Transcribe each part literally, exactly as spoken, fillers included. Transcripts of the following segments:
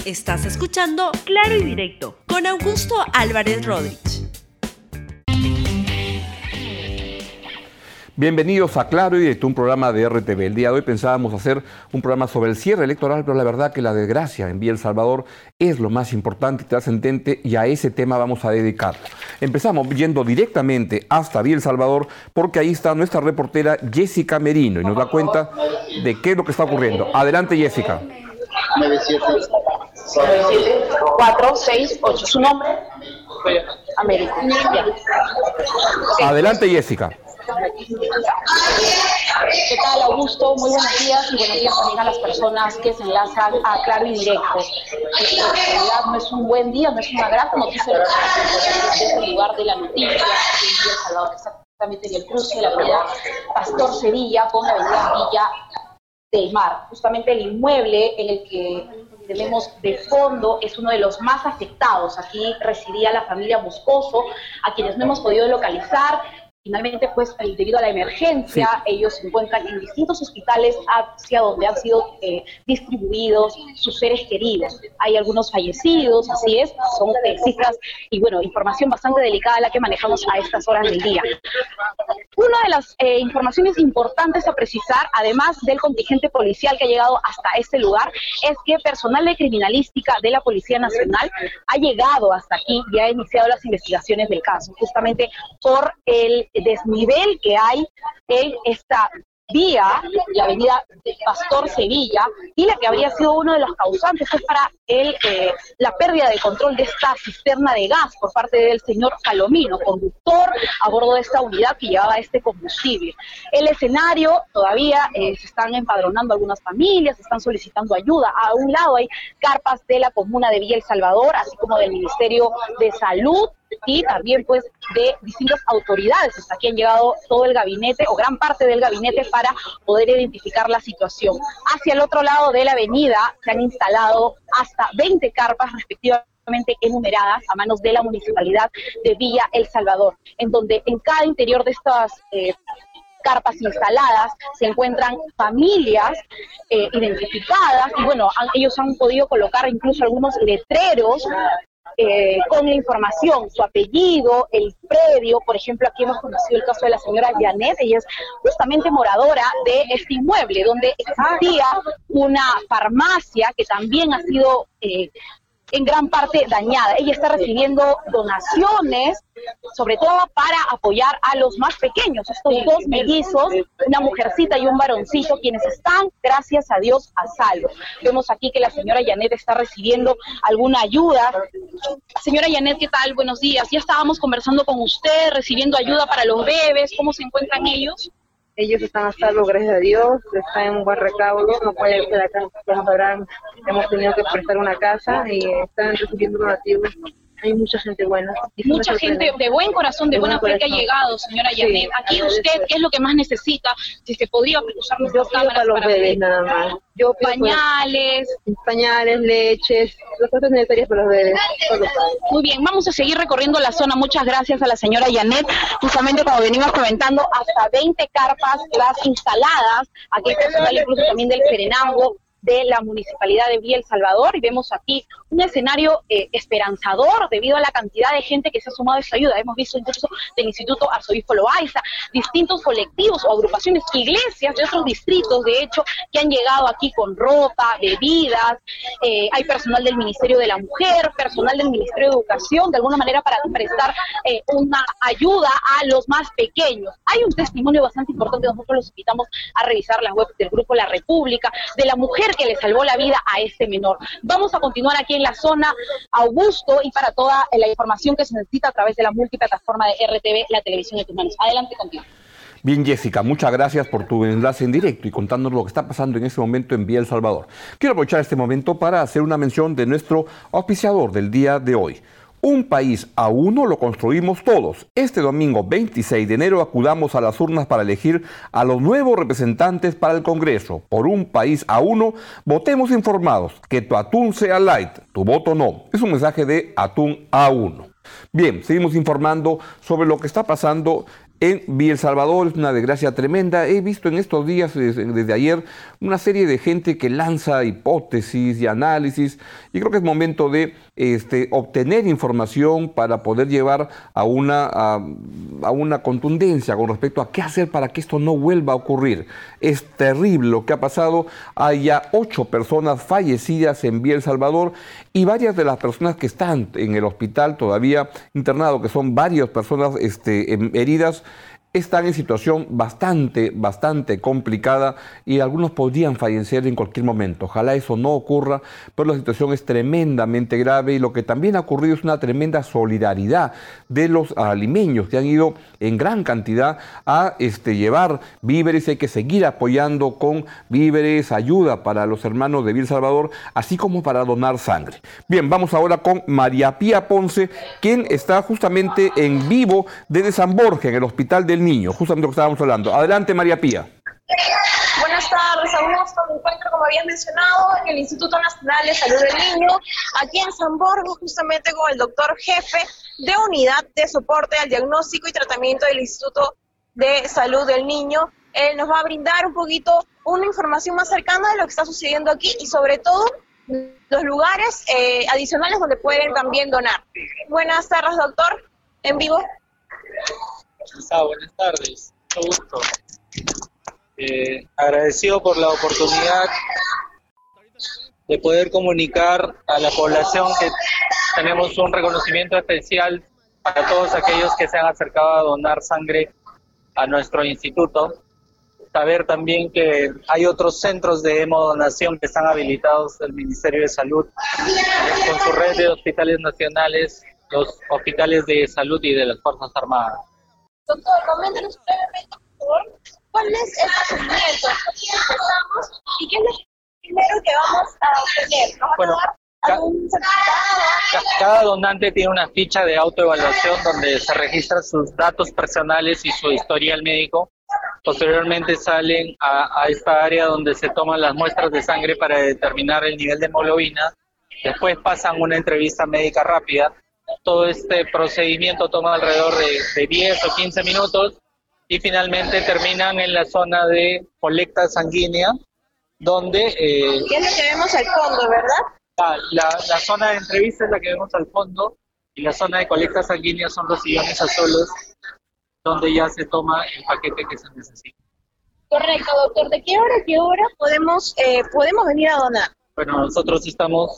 Estás escuchando Claro y Directo con Augusto Álvarez Rodríguez. Bienvenidos a Claro y Directo, un programa de R T V. El día de hoy pensábamos hacer un programa sobre el cierre electoral, pero la verdad que la desgracia en Villa El Salvador es lo más importante y trascendente, y a ese tema vamos a dedicarlo. Empezamos yendo directamente hasta Villa El Salvador, porque ahí está nuestra reportera Jessica Merino y nos da cuenta de qué es lo que está ocurriendo. Adelante, Jessica. nueve siete cuatro seis ocho. ¿Su nombre? Américo. Adelante, Jessica. ¿Qué tal, Augusto? Muy buenos días y buenos días también a las personas que se enlazan a Claro y Directo. En realidad no es un buen día, no es una gran noticia desde el lugar de la noticia en Villa El Salvador, exactamente en el cruce de la avenida Pastor Sevilla con la avenida Villa del Mar. Justamente el inmueble en el que tenemos de fondo es uno de los más afectados. Aquí residía la familia Moscoso, a quienes no hemos podido localizar. Finalmente, pues, debido a la emergencia, sí, ellos se encuentran en distintos hospitales hacia donde han sido eh, distribuidos sus seres queridos. Hay algunos fallecidos, así es, son eh, cifras y, bueno, información bastante delicada la que manejamos a estas horas del día. Una de las eh, informaciones importantes a precisar, además del contingente policial que ha llegado hasta este lugar, es que personal de criminalística de la Policía Nacional ha llegado hasta aquí y ha iniciado las investigaciones del caso, justamente por el desnivel que hay en esta vía, la avenida Pastor Sevilla, y la que habría sido uno de los causantes es para el, eh, la pérdida de control de esta cisterna de gas por parte del señor Palomino, conductor a bordo de esta unidad que llevaba este combustible. El escenario todavía eh, se están empadronando algunas familias, están solicitando ayuda. A un lado hay carpas de la comuna de Villa El Salvador, así como del Ministerio de Salud, y también pues de distintas autoridades. Hasta aquí han llegado todo el gabinete o gran parte del gabinete para poder identificar la situación. Hacia el otro lado de la avenida se han instalado hasta veinte carpas respectivamente enumeradas a manos de la Municipalidad de Villa El Salvador, en donde en cada interior de estas eh, carpas instaladas se encuentran familias eh, identificadas y bueno, han, ellos han podido colocar incluso algunos letreros Eh, con la información, su apellido, el predio. Por ejemplo, aquí hemos conocido el caso de la señora Janet. Ella es justamente moradora de este inmueble donde existía una farmacia que también ha sido eh, en gran parte dañada. Ella está recibiendo donaciones, sobre todo para apoyar a los más pequeños, estos dos mellizos, una mujercita y un varoncito, quienes están, gracias a Dios, a salvo. Vemos aquí que la señora Janet está recibiendo alguna ayuda. Señora Janet, ¿qué tal? Buenos días. Ya estábamos conversando con usted, recibiendo ayuda para los bebés. ¿Cómo se encuentran ellos? Ellos están a salvo, gracias a Dios, están en un buen recaudo, no pueden ser acá, como sabrán, hemos tenido que prestar una casa y están recibiendo donativos. Hay mucha gente buena. Mucha gente de buen corazón, de, de buena fe que ha llegado, señora Janet. Sí, aquí usted, ¿qué es lo que más necesita? Si se podría usar nuestras cámaras para los para bebés, nada más. Yo pañales, pues, pañales, leches, las cosas necesarias para los bebés. Muy bien, vamos a seguir recorriendo la zona. Muchas gracias a la señora Janet. Justamente como venimos comentando, hasta veinte carpas las instaladas. Aquí hay personal incluso también del Serenango, de la Municipalidad de Villa El Salvador, y vemos aquí un escenario eh, esperanzador debido a la cantidad de gente que se ha sumado a esta ayuda. Hemos visto incluso del Instituto Arzobispo Loaiza, distintos colectivos o agrupaciones, iglesias de otros distritos, de hecho, que han llegado aquí con ropa, bebidas. Eh, hay personal del Ministerio de la Mujer, personal del Ministerio de Educación, de alguna manera para prestar eh, una ayuda a los más pequeños. Hay un testimonio bastante importante, nosotros los invitamos a revisar la web del Grupo La República, de la mujer que le salvó la vida a este menor. Vamos a continuar aquí en la zona, Augusto, y para toda la información que se necesita a través de la multiplataforma de R T V, la televisión de tus manos. Adelante contigo. Bien, Jessica, muchas gracias por tu enlace en directo y contándonos lo que está pasando en este momento en Villa El Salvador. Quiero aprovechar este momento para hacer una mención de nuestro auspiciador del día de hoy. Un país a uno lo construimos todos. Este domingo veintiséis de enero acudamos a las urnas para elegir a los nuevos representantes para el Congreso. Por un país a uno, votemos informados. Que tu atún sea light, tu voto no. Es un mensaje de Atún A uno. Bien, seguimos informando sobre lo que está pasando en Villa El Salvador. Es una desgracia tremenda. He visto en estos días, desde ayer, una serie de gente que lanza hipótesis y análisis, y creo que es momento de este, obtener información para poder llevar a una, a, a una contundencia con respecto a qué hacer para que esto no vuelva a ocurrir. Es terrible lo que ha pasado. Hay ya ocho personas fallecidas en Villa El Salvador y varias de las personas que están en el hospital todavía internados, que son varias personas este, heridas, están en situación bastante, bastante complicada y algunos podrían fallecer en cualquier momento. Ojalá eso no ocurra, pero la situación es tremendamente grave y lo que también ha ocurrido es una tremenda solidaridad de los limeños que han ido en gran cantidad a este, llevar víveres. Hay que seguir apoyando con víveres, ayuda para los hermanos de Villa El Salvador, así como para donar sangre. Bien, vamos ahora con María Pía Ponce, quien está justamente en vivo desde San Borja, en el Hospital del Niño, justamente lo que estábamos hablando. Adelante, María Pía. Buenas tardes, Augusto. Me encuentro, como habías mencionado, en el Instituto Nacional de Salud del Niño, aquí en San Borja, justamente con el doctor jefe de Unidad de Soporte al Diagnóstico y Tratamiento del Instituto de Salud del Niño. Él nos va a brindar un poquito una información más cercana de lo que está sucediendo aquí y sobre todo los lugares eh, adicionales donde pueden también donar. Buenas tardes, doctor. En vivo. Ah, buenas tardes, mucho gusto. Eh, agradecido por la oportunidad de poder comunicar a la población que tenemos un reconocimiento especial para todos aquellos que se han acercado a donar sangre a nuestro instituto. Saber también que hay otros centros de hemodonación que están habilitados del Ministerio de Salud con su red de hospitales nacionales, los hospitales de salud y de las Fuerzas Armadas. Doctor, coméntanos brevemente, por favor, ¿cuál es el procedimiento? ¿Qué empezamos y qué es lo primero que vamos a obtener? ¿Vamos bueno, a dar algún certificado? Cada donante tiene una ficha de autoevaluación donde se registran sus datos personales y su historial médico. Posteriormente salen a, a esta área donde se toman las muestras de sangre para determinar el nivel de hemoglobina. Después pasan una entrevista médica rápida. Todo este procedimiento toma alrededor de, de diez o quince minutos y finalmente terminan en la zona de colecta sanguínea, donde... Eh, ¿Qué es lo que vemos al fondo, verdad? La, la, la zona de entrevista es la que vemos al fondo y la zona de colecta sanguínea son los sillones azules, donde ya se toma el paquete que se necesita. Correcto, doctor. ¿De qué hora a qué hora podemos, eh, podemos venir a donar? Bueno, nosotros estamos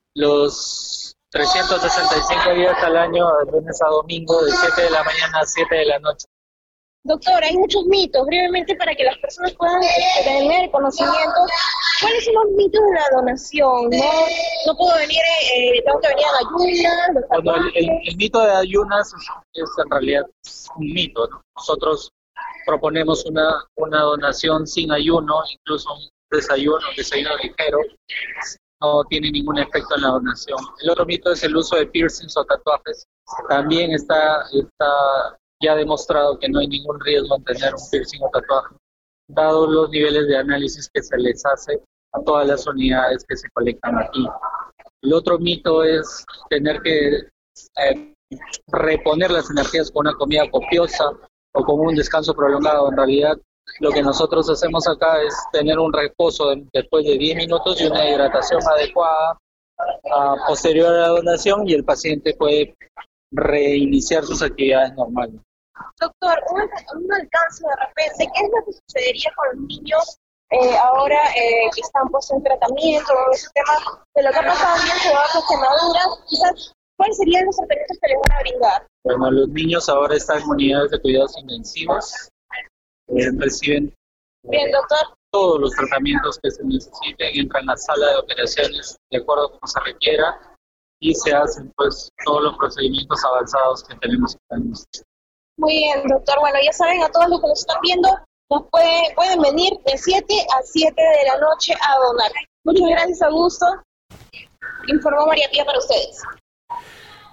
los trescientos sesenta y cinco días al año, de lunes a domingo, de siete de la mañana a siete de la noche. Doctor, hay muchos mitos, brevemente para que las personas puedan tener conocimiento. ¿Cuáles son los mitos de la donación? No, no puedo venir, eh, tengo que venir a ayunas. Bueno, el, el, el mito de ayunas es, es en realidad un mito, ¿no? Nosotros proponemos una, una donación sin ayuno, incluso un desayuno, un desayuno ligero, no tiene ningún efecto en la donación. El otro mito es el uso de piercings o tatuajes. También está, está ya demostrado que no hay ningún riesgo en tener un piercing o tatuaje, dado los niveles de análisis que se les hace a todas las unidades que se colectan aquí. El otro mito es tener que eh, reponer las energías con una comida copiosa o con un descanso prolongado. En realidad, lo que nosotros hacemos acá es tener un reposo de, después de diez minutos y una hidratación adecuada uh, posterior a la donación, y el paciente puede reiniciar sus actividades normales. Doctor, un, un alcance de repente, ¿qué es lo que sucedería con los niños eh, ahora eh, que están pues, en tratamiento, o ese tema de lo que ha pasado bien, se va a las quemaduras? Quizás, ¿cuáles serían los tratamientos que les van a brindar? Bueno, los niños ahora están en unidades de cuidados intensivos, eh, reciben Bien, doctor. todos los tratamientos que se necesiten, entran en la sala de operaciones de acuerdo a como se requiera, y se hacen pues todos los procedimientos avanzados que tenemos que hacer. Muy bien, doctor. Bueno, ya saben, a todos los que nos están viendo, nos puede, pueden venir de siete a siete de la noche a donar. Muchas gracias, Augusto. Informó María Pía para ustedes.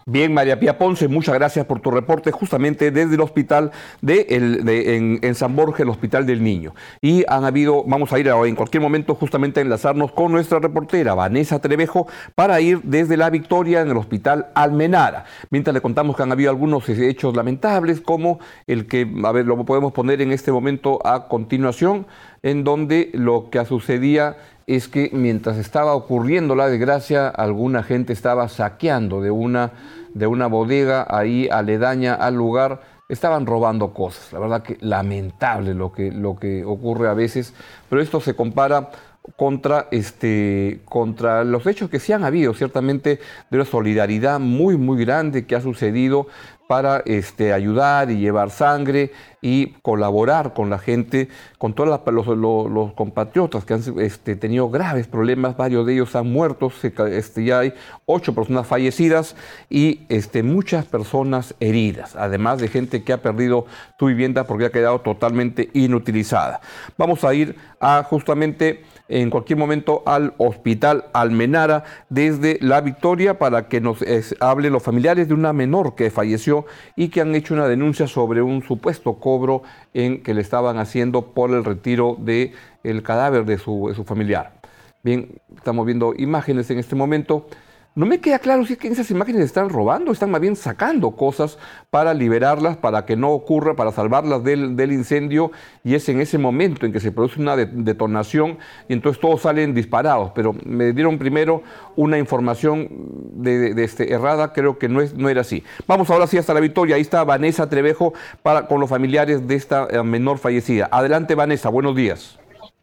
Bien, María Pía Ponce, muchas gracias por tu reporte justamente desde el hospital de, el, de en, en San Borja, el Hospital del Niño. Y han habido, vamos a ir a, en cualquier momento justamente a enlazarnos con nuestra reportera Vanessa Trevejo para ir desde La Victoria en el Hospital Almenara. Mientras le contamos que han habido algunos hechos lamentables como el que, a ver, lo podemos poner en este momento a continuación, en donde lo que sucedía es que mientras estaba ocurriendo la desgracia, alguna gente estaba saqueando de una, de una bodega ahí aledaña al lugar, estaban robando cosas. La verdad que lamentable lo que, lo que ocurre a veces, pero esto se compara contra, este, contra los hechos que sí han habido, ciertamente, de una solidaridad muy, muy grande que ha sucedido para este, ayudar y llevar sangre y colaborar con la gente, con todos los, los, los compatriotas que han este, tenido graves problemas. Varios de ellos han muerto, este, ya hay ocho personas fallecidas y este, muchas personas heridas, además de gente que ha perdido su vivienda porque ha quedado totalmente inutilizada. Vamos a ir a justamente en cualquier momento al Hospital Almenara desde La Victoria para que nos es, hablen los familiares de una menor que falleció y que han hecho una denuncia sobre un supuesto cobro en que le estaban haciendo por el retiro del cadáver de su, de su familiar. Bien, estamos viendo imágenes en este momento. No me queda claro si es que esas imágenes están robando, están más bien sacando cosas para liberarlas, para que no ocurra, para salvarlas del, del incendio, y es en ese momento en que se produce una de, detonación y entonces todos salen disparados. Pero me dieron primero una información de, de, de este, errada, creo que no, es, no era así. Vamos ahora sí hasta La Victoria, ahí está Vanessa Trevejo para, con los familiares de esta eh, menor fallecida. Adelante, Vanessa, buenos días.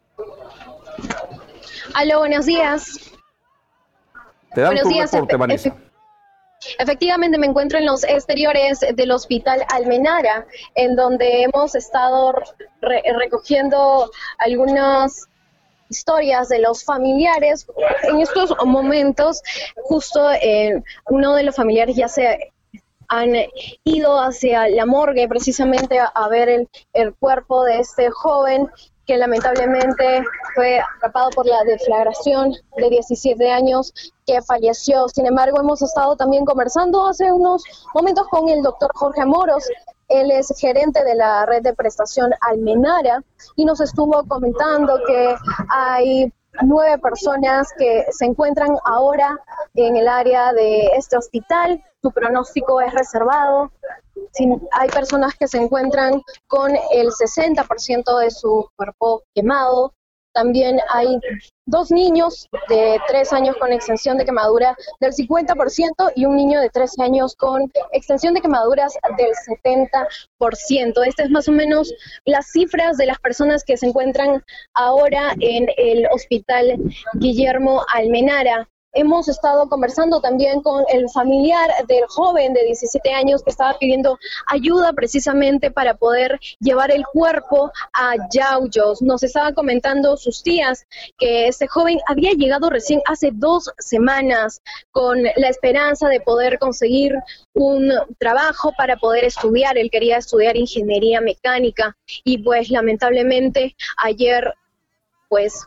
Aló, buenos días. Te dan Buenos tu días, reporte, efe Vanessa. Efectivamente, me encuentro en los exteriores del Hospital Almenara, en donde hemos estado re recogiendo algunas historias de los familiares. En estos momentos, justo eh, uno de los familiares ya se han ido hacia la morgue precisamente a, a ver el, el cuerpo de este joven que lamentablemente fue atrapado por la deflagración de diecisiete años que falleció. Sin embargo, hemos estado también conversando hace unos momentos con el doctor Jorge Moros. Él es gerente de la red de prestación Almenara y nos estuvo comentando que hay nueve personas que se encuentran ahora en el área de este hospital. Su pronóstico es reservado. Hay personas que se encuentran con el sesenta por ciento de su cuerpo quemado. También hay dos niños de tres años con extensión de quemadura del cincuenta por ciento y un niño de tres años con extensión de quemaduras del setenta por ciento. Estas es más o menos las cifras de las personas que se encuentran ahora en el Hospital Guillermo Almenara. Hemos estado conversando también con el familiar del joven de diecisiete años que estaba pidiendo ayuda precisamente para poder llevar el cuerpo a Yauyos. Nos estaban comentando sus tías que este joven había llegado recién hace dos semanas con la esperanza de poder conseguir un trabajo para poder estudiar. Él quería estudiar ingeniería mecánica y pues lamentablemente ayer pues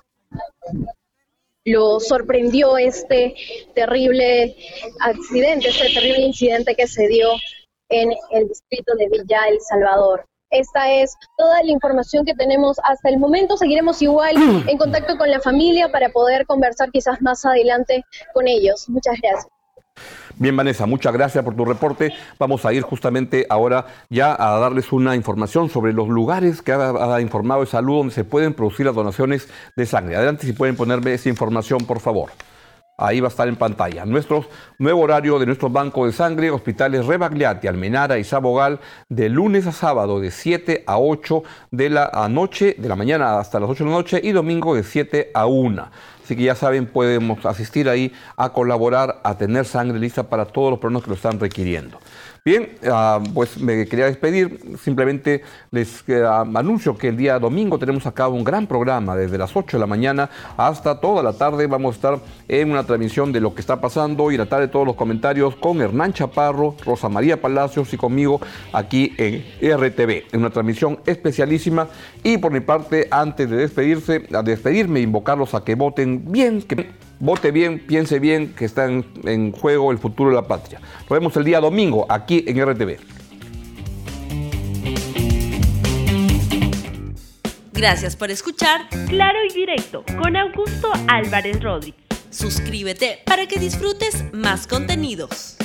lo sorprendió este terrible accidente, este terrible incidente que se dio en el distrito de Villa El Salvador. Esta es toda la información que tenemos hasta el momento. Seguiremos igual en contacto con la familia para poder conversar quizás más adelante con ellos. Muchas gracias. Bien, Vanessa, muchas gracias por tu reporte. Vamos a ir justamente ahora ya a darles una información sobre los lugares que ha, ha informado de salud donde se pueden producir las donaciones de sangre. Adelante, si pueden ponerme esa información, por favor. Ahí va a estar en pantalla. Nuestro nuevo horario de nuestro banco de sangre, hospitales Rebagliati, Almenara y Sabogal, de lunes a sábado de siete a ocho de la noche, de la mañana hasta las ocho de la noche, y domingo de siete a una. Así que ya saben, podemos asistir ahí a colaborar, a tener sangre lista para todos los personas que lo están requiriendo. Bien, uh, pues me quería despedir. Simplemente les uh, anuncio que el día domingo tenemos a cabo un gran programa. Desde las ocho de la mañana hasta toda la tarde vamos a estar en una transmisión de lo que está pasando y la tarde todos los comentarios con Hernán Chaparro, Rosa María Palacios y conmigo aquí en R T V. En una transmisión especialísima. Y por mi parte, antes de despedirse, a despedirme e invocarlos a que voten voten bien, que vote bien, piense bien, que está en, en juego el futuro de la patria. Nos vemos el día domingo aquí en R T V. Gracias por escuchar Claro y Directo con Augusto Álvarez Rodríguez. Suscríbete para que disfrutes más contenidos.